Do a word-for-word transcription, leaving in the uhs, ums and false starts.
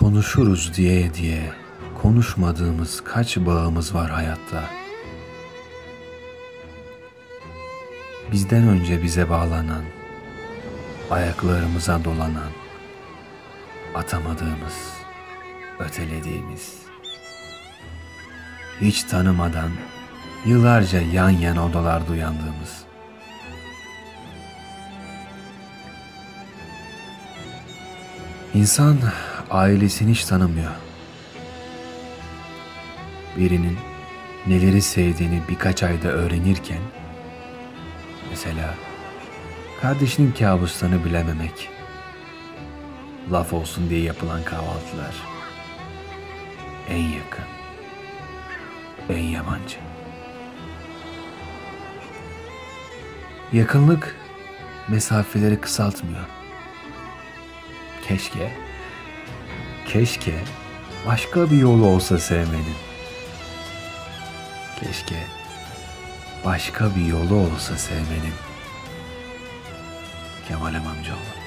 Konuşuruz diye diye konuşmadığımız kaç bağımız var hayatta. Bizden önce bize bağlanan, ayaklarımıza dolanan, atamadığımız, ötelediğimiz, hiç tanımadan yıllarca yan yana odalarda uyandığımız. İnsan ailesini hiç tanımıyor. Birinin neleri sevdiğini birkaç ayda öğrenirken, mesela kardeşinin kabuslarını bilememek, laf olsun diye yapılan kahvaltılar, en yakın, en yabancı. Yakınlık mesafeleri kısaltmıyor. Keşke, keşke başka bir yolu olsa sevmenin. Keşke başka bir yolu olsa sevmenin. Kemal Amamcıoğlu.